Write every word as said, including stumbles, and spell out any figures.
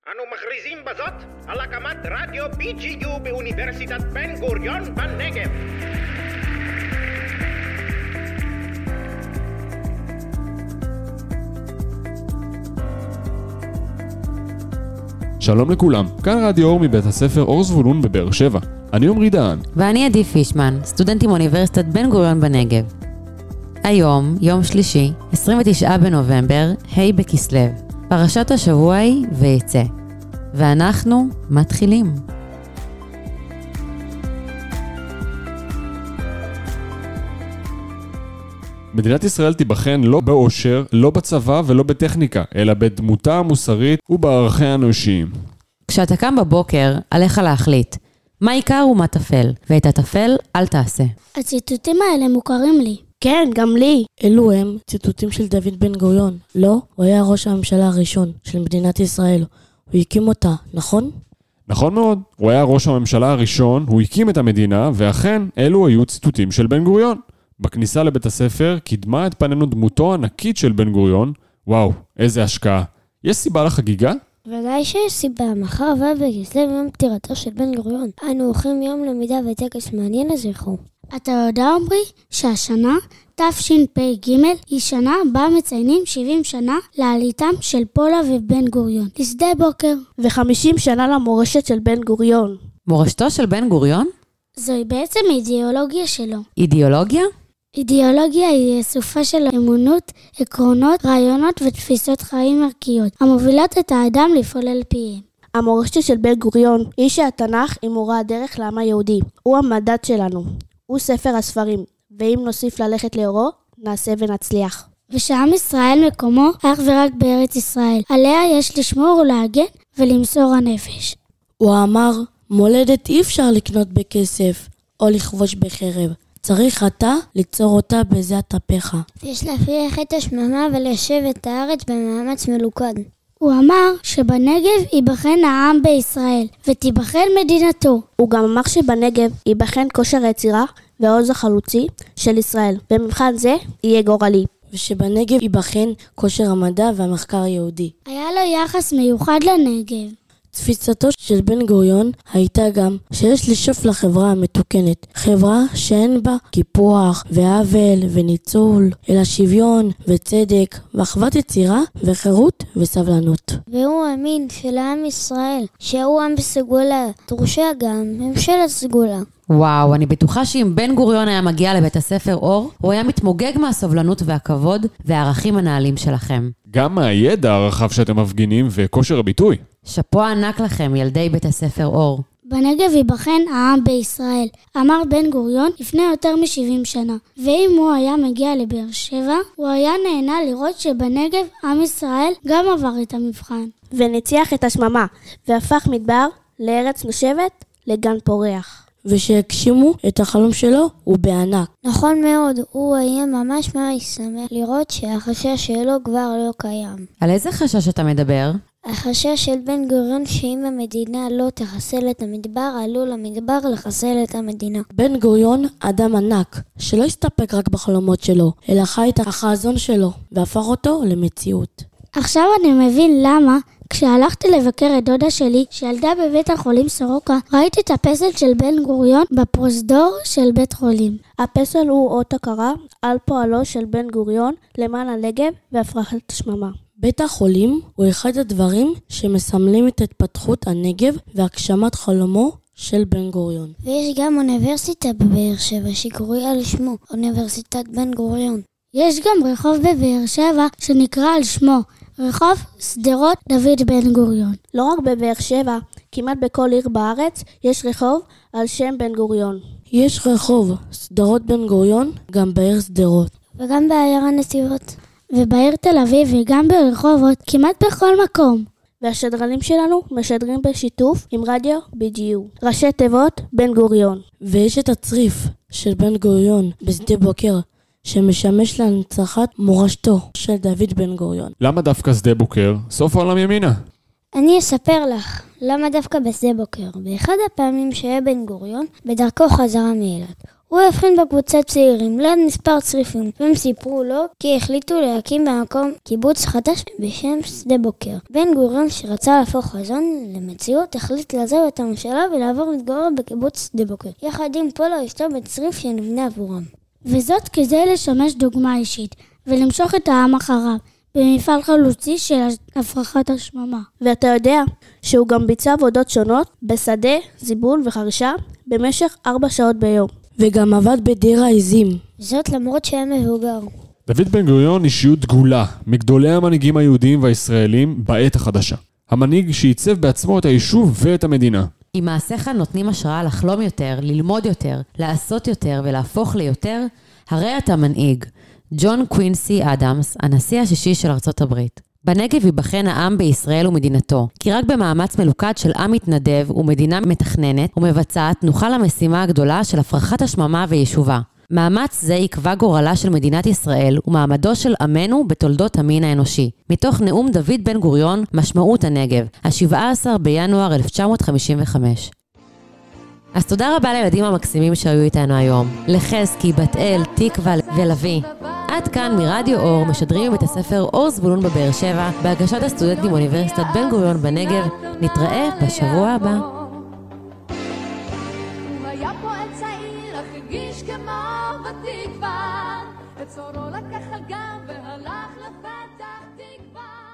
אנו מכריזים בזאת על הקמת רדיו בי ג'י יו באוניברסיטת בן גוריון בנגב. שלום לכולם, כאן רדיו אור מבית הספר אור זבולון בבאר שבע. אני עומרי דהן. ואני עדי פישמן, סטודנט עם אוניברסיטת בן גוריון בנגב. היום, יום שלישי, עשרים ותשעה בנובמבר, ה' בכסלו. פרשת השבוע היא ויצא. ואנחנו מתחילים. מדינת ישראל תיבחן לא באושר, לא בצבא ולא בטכניקה, אלא בדמותה המוסרית ובערכיה האנושיים. כשאתה קם בבוקר, עליך להחליט. מה עיקר ומה תפל, ואת התפל אל תעשה. הציטוטים האלה מוכרים לי. כן, גם לי. אלו הם ציטוטים של דוד בן גוריון. לא, הוא היה ראש הממשלה הראשון של מדינת ישראל. הוא הקים אותה, נכון? נכון מאוד. הוא היה ראש הממשלה הראשון, הוא הקים את המדינה, ואכן, אלו היו ציטוטים של בן גוריון. בכניסה לבית הספר קידמה את פנינו דמותו ענקית של בן גוריון. וואו, איזה השקעה. יש סיבה לחגיגה? ודאי שיש סיבה. מחר ו' בכסלו יום פטירתו של בן גוריון. אנו עורכים יום למידה וטקס מעניין לזכרו. אתה יודע, עומרי, שהשנה תשפ"ג היא שנה בה מציינים שבעים שנה לעליתם של פולה ובן גוריון לשדה בוקר, ו-חמישים שנה למורשת של בן גוריון. מורשתו של בן גוריון? זוהי בעצם אידיאולוגיה שלו. אידיאולוגיה? אידיאולוגיה היא סופה של אמונות, עקרונות, רעיונות ותפיסות חיים ערכיות, המובילות את האדם לפעול על פיהם. המורשת של בן גוריון היא שהתנ"ך היא מורה הדרך לעם היהודי. הוא המדד שלנו. הוא ספר הספרים, ואם נוסיף ללכת לאורו, נעשה ונצליח. ושעם ישראל מקומו אך ורק בארץ ישראל. עליה יש לשמור ולהגן ולמסור הנפש. הוא אמר, מולדת אי אפשר לקנות בכסף, או לכבוש בחרב. צריך אתה ליצור אותה בזיעת אפיך. יש להפריח את השממה וליישב את הארץ במאמץ מלוכד. הוא אמר שבנגב ייבחן העם בישראל, ותיבחן מדינתו. הוא גם אמר שבנגב ייבחן כושר היצירה והעוז החלוצי של ישראל. במבחן זה יהיה גורלי. ושבנגב ייבחן כושר המדע והמחקר היהודי. היה לו יחס מיוחד לנגב. תפיסתו של בן גוריון הייתה גם שיש לשאוף לחברה המתוקנת. חברה שאין בה קיפוח ועוול וניצול, אלא שוויון וצדק ואחוות יצירה וחירות וסבלנות. והוא האמין שלעם ישראל, שהוא עם בסגולה, דרושה גם ממשלת סגולה. וואו, אני בטוחה שאם בן גוריון היה מגיע לבית הספר אור, הוא היה מתמוגג מהסובלנות והכבוד והערכים הנעלים שלכם. גם מהידע הרחב שאתם מפגינים וכושר הביטוי. שפו ענק לכם, ילדי בית הספר אור. בנגב ייבחן העם בישראל, אמר בן גוריון לפני יותר מ-שבעים שנה. ואם הוא היה מגיע לבאר שבע, הוא היה נהנה לראות שבנגב עם ישראל גם עבר את המבחן. וניצח את השממה, והפך מדבר לארץ נושבת לגן פורח. ושהגשימו את החלום שלו הוא בענק. נכון מאוד, הוא היה ממש ממש שמח לראות שהחשש שלו כבר לא קיים. על איזה חשש אתה מדבר? החשש של בן גוריון שאם המדינה לא תחסל את המדבר, עלול המדבר לחסל את המדינה. בן גוריון אדם ענק, שלא הסתפק רק בחלומות שלו, אלא חי את החזון שלו, והפך אותו למציאות. עכשיו אני מבין למה, כשהלכתי לבקר את דודה שלי, שילדה בבית החולים סורוקה, ראיתי את הפסל של בן גוריון בפרוזדור של בית חולים. הפסל הוא אות הכרה על פועלו של בן גוריון למען הנגב והפרחת השממה. בית החולים הוא אחד הדברים שמסמלים את התפתחות הנגב והגשמת חלומו של בן גוריון. ויש גם אוניברסיטה בבאר שבע שקרויה על שמו, אוניברסיטת בן גוריון. יש גם רחוב בבאר שבע שנקרא על שמו, רחוב שדרות דוד בן גוריון. לא רק בבאר שבע, כמעט בכל עיר בארץ יש רחוב על שם בן גוריון. יש רחוב שדרות בן גוריון גם בעיר שדרות. וגם בעיר הנתיבות. ובעיר תל אביב וגם ברחובות, כמעט בכל מקום. והשדרנים שלנו משדרים בשיתוף עם רדיו בי ג'י יו. ראשי תיבות בן גוריון. ויש את הצריף של בן גוריון בשדה בוקר, שמשמש להנצחת מורשתו של דוד בן גוריון. למה דווקא שדה בוקר? סוף העולם ימינה. אני אספר לך למה דווקא בשדה בוקר. באחד הפעמים שהיה בן גוריון בדרכו חזרה מאילת. הוא הבחין בקבוצת צעירים ליד מספר צריפים, והם סיפרו לו כי החליטו להקים במקום קיבוץ חדש בשם שדה בוקר. בן גוריון שרצה להפוך חזון למציאות, החליט לעזוב את הממשלה ולעבור להתגורר בקיבוץ שדה בוקר, יחד עם פולו אשתו בצריף שנבנה עבורם. וזאת כדי לשמש דוגמה אישית, ולמשוך את העם אחריו, במפעל חלוצי של הפרחת השממה. ואתה יודע שהוא גם ביצע עבודות שונות בשדה, זיבול וחרישה במשך ארבע שעות ביום. וגם עבד בדיר העזים. זאת למרות שהיה מבוגר. דוד בן גוריון אישיות דגולה, מגדולי המנהיגים היהודיים והישראלים בעת החדשה. המנהיג שעיצב בעצמו את היישוב ואת המדינה. אם מעשיך נותנים השראה לחלום יותר, ללמוד יותר, לעשות יותר ולהפוך ליותר, הרי אתה מנהיג. ג'ון קווינסי אדמס, הנשיא השישי של ארצות הברית. בנגב ייבחן העם בישראל ומדינתו, כי רק במאמץ מלוכד של עם מתנדב ומדינה מתכננת ומבצעת נוכל למשימה הגדולה של הפרחת השממה ויישובה. מאמץ זה יקבע גורלה של מדינת ישראל ומעמדו של עמנו בתולדות המין האנושי. מתוך נאום דוד בן גוריון, משמעות הנגב, ה-שבעה עשר בינואר אלף תשע מאות חמישים וחמש. אז תודה רבה לילדים המקסימים שהיו איתנו היום. לחזקי, בת אל, תקווה ולוי. עד כאן מרדיו אור משדרים מבית הספר אור זבולון בבאר שבע, בהגשת הסטודנטים באוניברסיטת בן גוריון בנגב. נתראה בשבוע הבא. הוא היה פועל צעיר, אך הרגיש כמו בתקווה. את צורו לקח הגב והלך לפתח תקווה.